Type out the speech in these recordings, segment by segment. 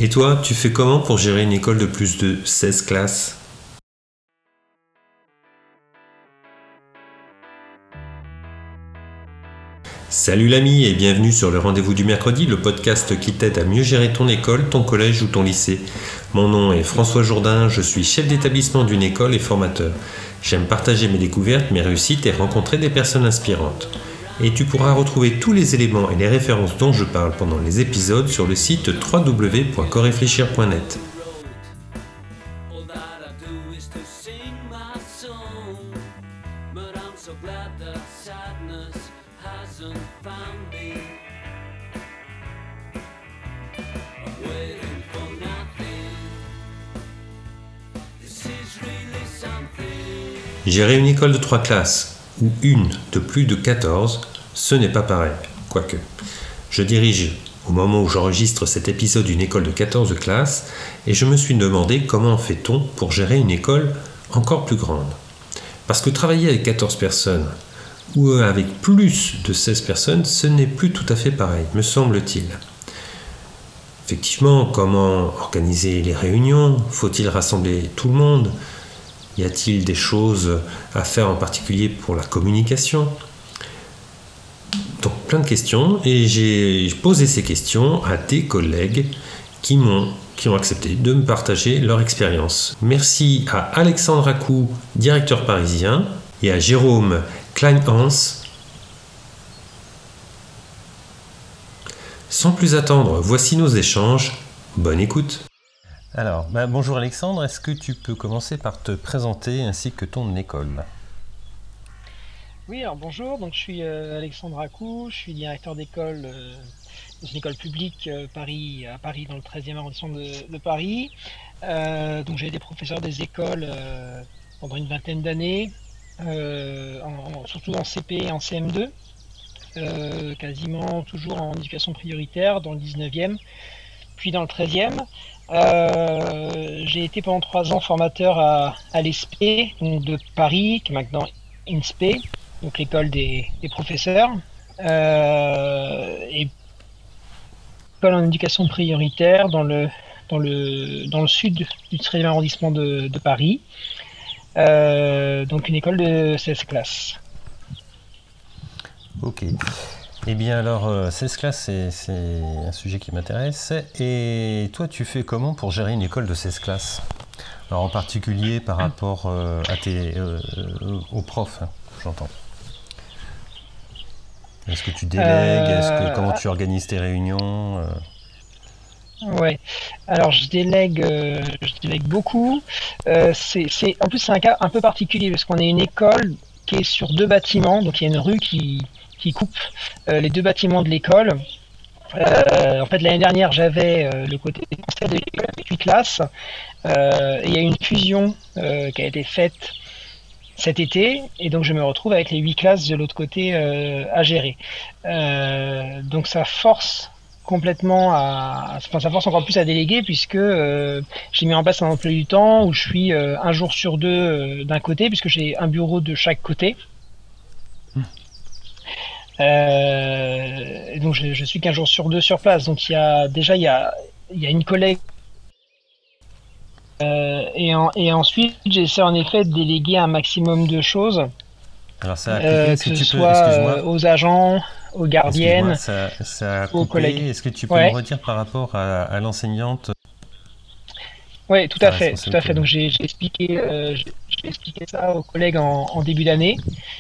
Et toi, tu fais comment pour gérer une école de plus de 16 classes ? Salut l'ami et bienvenue sur le Rendez-vous du mercredi, le podcast qui t'aide à mieux gérer ton école, ton collège ou ton lycée. Mon nom est François Jourdain, je suis chef d'établissement d'une école et formateur. J'aime partager mes découvertes, mes réussites et rencontrer des personnes inspirantes. Et tu pourras retrouver tous les éléments et les références dont je parle pendant les épisodes sur le site www.coréfléchir.net. Gérer une école de 3 classes ou une de plus de 14, ce n'est pas pareil, quoique. Je dirige, au moment où j'enregistre cet épisode, une école de 14 classes et je me suis demandé comment fait-on pour gérer une école encore plus grande. Parce que travailler avec 14 personnes ou avec plus de 16 personnes, ce n'est plus tout à fait pareil, me semble-t-il. Effectivement, comment organiser les réunions ? Faut-il rassembler tout le monde ? Y a-t-il des choses à faire en particulier pour la communication ? Donc plein de questions et j'ai posé ces questions à des collègues qui ont accepté de me partager leur expérience. Merci à Alexandre Acou, directeur parisien, et à Jérôme Kleinhans. Sans plus attendre, voici nos échanges. Bonne écoute. Alors, bonjour Alexandre, est-ce que tu peux commencer par te présenter ainsi que ton école ? Oui, alors bonjour, donc je suis Alexandre Acou, je suis directeur d'école dans une école publique à Paris dans le 13e arrondissement de Paris. Donc j'ai été professeur des écoles pendant une vingtaine d'années, surtout en CP et en CM2, quasiment toujours en éducation prioritaire dans le 19e, puis dans le 13e. J'ai été pendant 3 ans formateur à l'ESPE donc de Paris, qui est maintenant INSPE, donc l'école des professeurs, et école en éducation prioritaire dans le sud du 13e arrondissement de Paris, donc une école de 16 classes. Ok. Eh bien alors, 16 classes, c'est un sujet qui m'intéresse. Et toi, tu fais comment pour gérer une école de 16 classes ? Alors en particulier par rapport aux profs, j'entends. Est-ce que tu délègues ? Comment tu organises tes réunions ? Ouais. Alors je délègue beaucoup. En plus c'est un cas un peu particulier parce qu'on est une école qui est sur 2 bâtiments, donc il y a une rue qui coupe les 2 bâtiments de l'école. En fait, l'année dernière, j'avais le côté français de l'école avec 8 classes. Et il y a eu une fusion qui a été faite cet été, et donc je me retrouve avec les 8 classes de l'autre côté à gérer. Donc ça force complètement ça force encore plus à déléguer puisque j'ai mis en place un emploi du temps où je suis un jour sur 2 d'un côté, puisque j'ai un bureau de chaque côté. Donc je suis qu'un jour sur 2 sur place. Donc il y a une collègue et ensuite j'essaie en effet de déléguer un maximum de choses. Alors ça a coupé, que ce soit aux agents, aux gardiennes, ça a coupé. Aux collègues. Est-ce que tu peux me redire par rapport à l'enseignante ? Oui, tout à fait. Donc j'ai expliqué ça aux collègues en début d'année.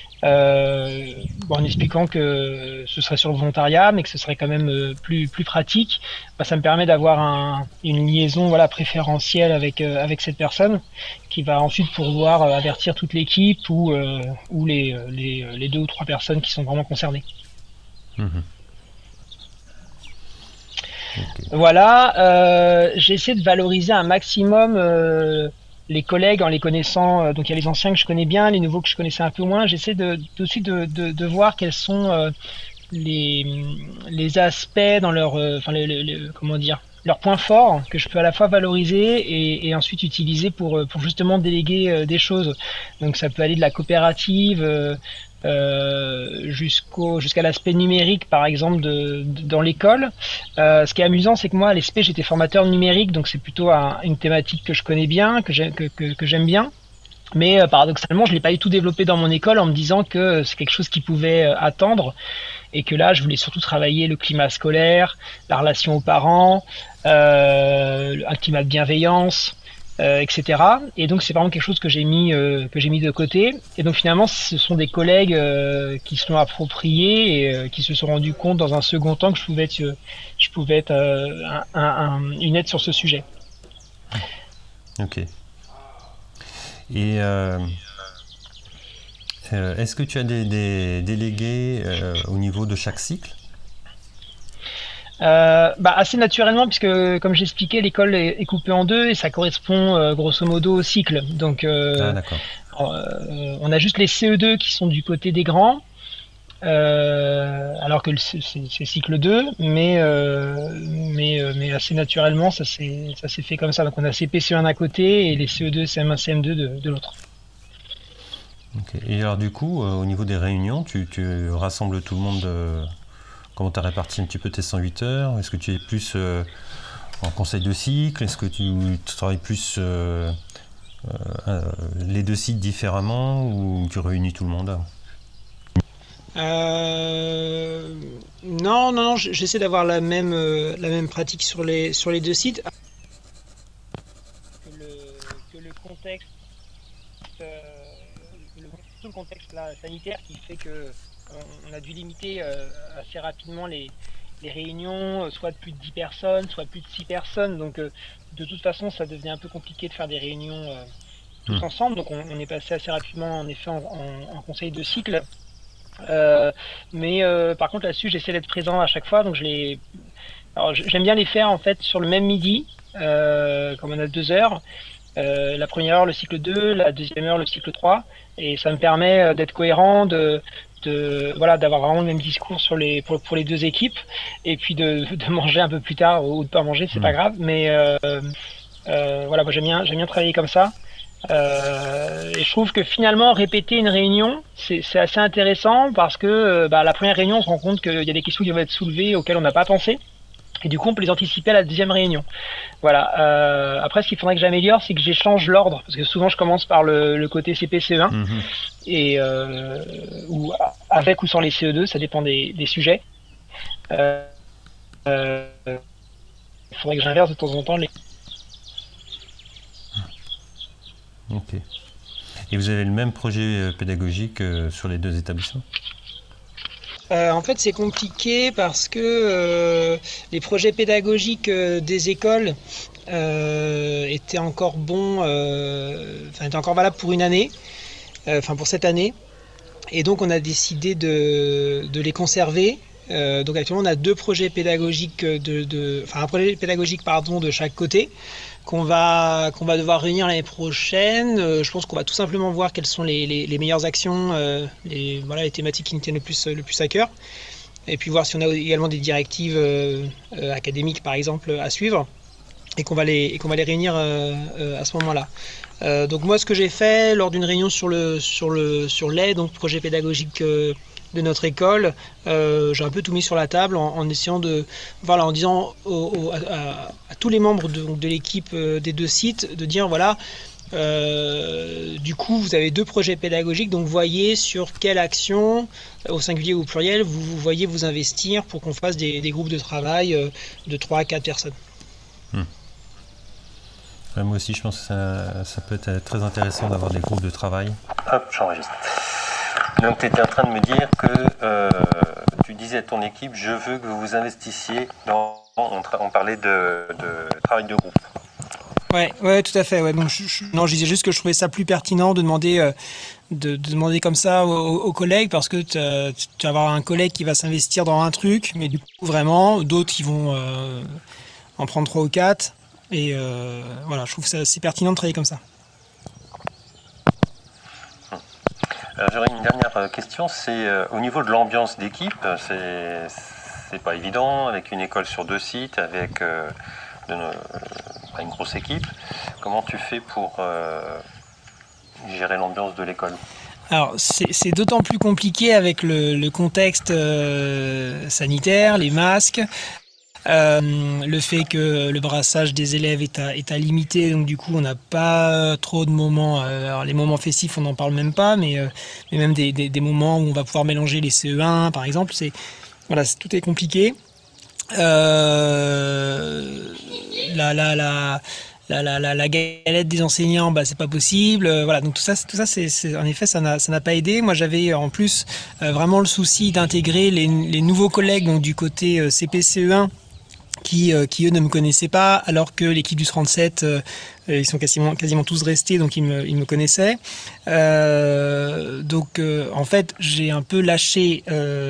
En expliquant que ce serait sur le volontariat, mais que ce serait quand même plus pratique. Ça me permet d'avoir une liaison préférentielle avec cette personne qui va ensuite pouvoir avertir toute l'équipe ou les 2 ou 3 personnes qui sont vraiment concernées. Okay. Voilà, j'essaie de valoriser un maximum les collègues en les connaissant. Donc il y a les anciens que je connais bien, les nouveaux que je connaissais un peu moins. J'essaie tout de suite de voir quels sont les aspects dans leur leurs points forts que je peux à la fois valoriser et ensuite utiliser pour justement déléguer des choses. Donc ça peut aller de la coopérative jusqu'à l'aspect numérique, par exemple, dans l'école. Ce qui est amusant, c'est que moi, à l'ESP, j'étais formateur numérique, donc c'est plutôt une thématique que je connais bien, que j'aime bien. Mais paradoxalement, je l'ai pas du tout développé dans mon école en me disant que c'est quelque chose qui pouvait attendre et que là, je voulais surtout travailler le climat scolaire, la relation aux parents, un climat de bienveillance, etc. Et donc, c'est vraiment quelque chose que j'ai mis de côté. Et donc, finalement, ce sont des collègues qui se l'ont approprié et qui se sont rendus compte dans un second temps que je pouvais être une aide sur ce sujet. Ok. Et est-ce que tu as des délégués au niveau de chaque cycle? Assez naturellement, puisque comme j'expliquais, l'école est coupée en deux et ça correspond grosso modo au cycle. Donc, Ah, d'accord. on a juste les CE2 qui sont du côté des grands, alors que c'est cycle 2, mais assez naturellement, ça s'est fait comme ça. Donc, on a CP-CE1 d'un côté et les CE2, CM1, CM2 de l'autre. Ok. Et alors du coup, au niveau des réunions, tu rassembles tout le monde. Comment tu as réparti un petit peu tes 108 heures? Est-ce que tu es plus en conseil de cycle? Est-ce que tu travailles plus les deux cycles différemment ou tu réunis tout le monde? Non, j'essaie d'avoir la même pratique sur les deux sites. Que le contexte, euh, tout le contexte là, sanitaire qui fait que on a dû limiter assez rapidement les réunions, soit de plus de 10 personnes, soit de plus de 6 personnes. Donc de toute façon, ça devenait un peu compliqué de faire des réunions tous ensemble. Donc on est passé assez rapidement en effet en conseil de cycle. Mais par contre là-dessus, j'essaie d'être présent à chaque fois. Donc j'aime bien les faire en fait sur le même midi, comme on a 2 heures. La première heure le cycle 2, la deuxième heure le cycle 3, et ça me permet d'être cohérent, voilà, d'avoir vraiment le même discours pour les deux équipes, et puis de manger un peu plus tard ou de pas manger, c'est pas grave, mais voilà, moi j'aime bien travailler comme ça. Et je trouve que finalement répéter une réunion, c'est assez intéressant parce que la première réunion, on se rend compte qu'il y a des questions qui vont être soulevées auxquelles on n'a pas pensé. Et du coup, on peut les anticiper à la deuxième réunion. Voilà. Après, ce qu'il faudrait que j'améliore, c'est que j'échange l'ordre, parce que souvent, je commence par le côté CP-CE1, et ou avec ou sans les CE2, ça dépend des sujets. Il faudrait que j'inverse de temps en temps les. Ok. Et vous avez le même projet pédagogique sur les deux établissements? En fait, c'est compliqué parce que les projets pédagogiques des écoles étaient encore bons, étaient encore valables pour une année, pour cette année. Et donc, on a décidé de les conserver. Donc, actuellement, on a deux projets pédagogiques, un projet pédagogique de chaque côté qu'on va devoir réunir l'année prochaine. Je pense qu'on va tout simplement voir quelles sont les meilleures actions, les thématiques qui nous tiennent le plus à cœur. Et puis voir si on a également des directives académiques, par exemple, à suivre. Et qu'on va les réunir à ce moment-là. Donc moi, ce que j'ai fait lors d'une réunion sur les donc projet pédagogique de notre école, j'ai un peu tout mis sur la table en essayant en disant à tous les membres de l'équipe des deux sites de dire voilà. Du coup, vous avez deux projets pédagogiques, donc voyez sur quelle action, au singulier ou au pluriel, vous voyez vous investir pour qu'on fasse des groupes de travail de 3 à 4 personnes. Moi aussi, je pense que ça peut être très intéressant d'avoir des groupes de travail. Hop, j'enregistre. Donc, tu étais en train de me dire que tu disais à ton équipe, je veux que vous vous investissiez dans... On parlait de travail de groupe. Ouais, tout à fait. Ouais. Donc, je disais juste que je trouvais ça plus pertinent de demander, de demander comme ça aux collègues, parce que tu vas avoir un collègue qui va s'investir dans un truc, mais du coup, vraiment, d'autres qui vont en prendre 3 ou 4. Et voilà, je trouve que c'est assez pertinent de travailler comme ça. J'aurais une dernière question, c'est au niveau de l'ambiance d'équipe, c'est pas évident avec une école sur 2 sites, avec une grosse équipe. Comment tu fais pour gérer l'ambiance de l'école? Alors, c'est d'autant plus compliqué avec le contexte sanitaire, les masques, le fait que le brassage des élèves est à limiter, donc du coup, on n'a pas trop de moments. Alors, les moments festifs, on n'en parle même pas, mais même des moments où on va pouvoir mélanger les CE1, par exemple, voilà, tout est compliqué. La galette des enseignants, bah, c'est pas possible. Voilà, donc tout ça, en effet, ça n'a pas aidé. Moi, j'avais en plus vraiment le souci d'intégrer les nouveaux collègues donc du côté CPCE1 qui eux ne me connaissaient pas, alors que l'équipe du 37, ils sont quasiment tous restés, donc ils me connaissaient. En fait, j'ai un peu lâché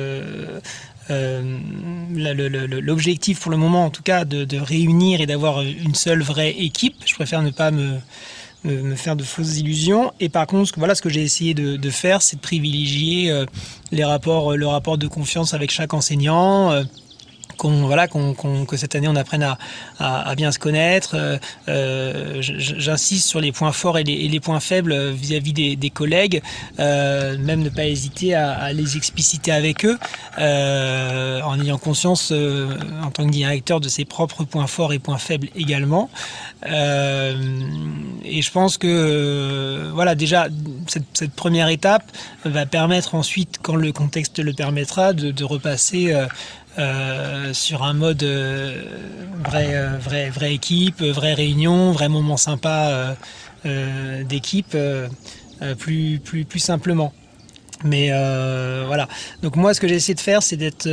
l'objectif pour le moment, en tout cas, de réunir et d'avoir une seule vraie équipe. Je préfère ne pas me faire de fausses illusions. Et par contre, ce que j'ai essayé de faire, c'est de privilégier le rapport de confiance avec chaque enseignant. Que cette année on apprenne à bien se connaître. J'insiste sur les points forts et les points faibles vis-à-vis des collègues, même ne pas hésiter à les expliciter avec eux, en ayant conscience en tant que directeur de ses propres points forts et points faibles également. Et je pense que déjà cette première étape va permettre ensuite, quand le contexte le permettra, de repasser sur un mode vraie équipe, vraie réunion, vrai moment sympa d'équipe, plus simplement. Mais voilà. Donc moi, ce que j'ai essayé de faire, c'est d'être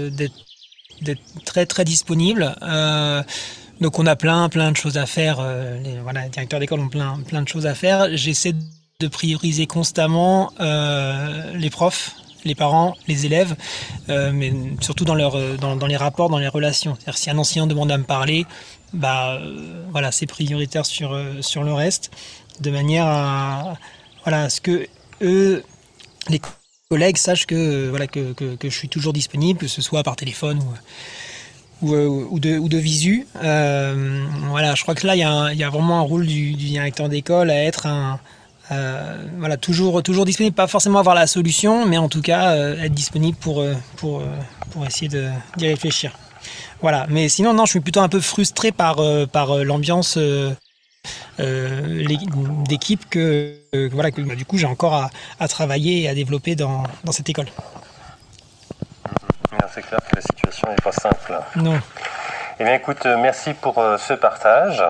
très très disponible. Donc on a plein de choses à faire. Les directeurs d'école ont plein de choses à faire. J'essaie de prioriser constamment les profs, les parents, les élèves, mais surtout dans les rapports, dans les relations. C'est-à-dire, si un enseignant demande à me parler, c'est prioritaire sur le reste, de manière à ce que eux, les collègues, sachent que je suis toujours disponible, que ce soit par téléphone ou de visu. Je crois que là, il y a vraiment un rôle du directeur d'école à être toujours disponible, pas forcément avoir la solution, mais en tout cas être disponible pour essayer d'y réfléchir. Voilà, mais sinon non, je suis plutôt un peu frustré par l'ambiance d'équipe que du coup j'ai encore à travailler et à développer dans cette école. C'est clair que la situation n'est pas simple. Non. Eh bien écoute, merci pour ce partage.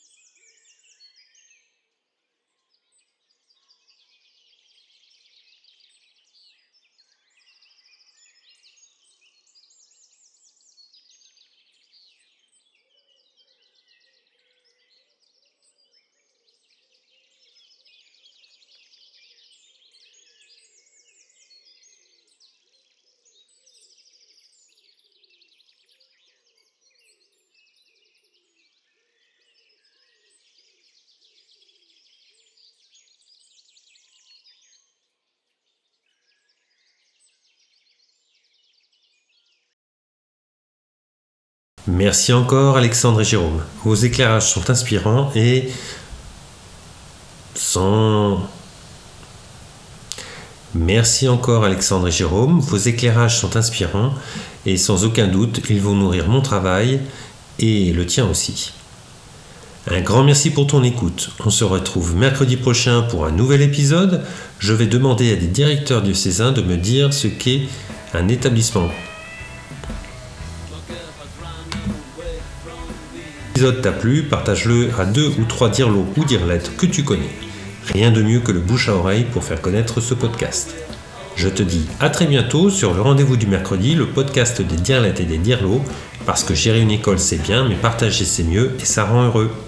Merci encore Alexandre et Jérôme. Vos éclairages sont inspirants et Merci encore Alexandre et Jérôme. Vos éclairages sont inspirants et sans aucun doute, ils vont nourrir mon travail et le tien aussi. Un grand merci pour ton écoute. On se retrouve mercredi prochain pour un nouvel épisode. Je vais demander à des directeurs diocésains de me dire ce qu'est un établissement. L'épisode t'a plu, partage-le à 2 ou 3 dirlots ou dirlettes que tu connais. Rien de mieux que le bouche à oreille pour faire connaître ce podcast. Je te dis à très bientôt sur le rendez-vous du mercredi, le podcast des dirlettes et des dirlots, parce que gérer une école c'est bien, mais partager c'est mieux et ça rend heureux.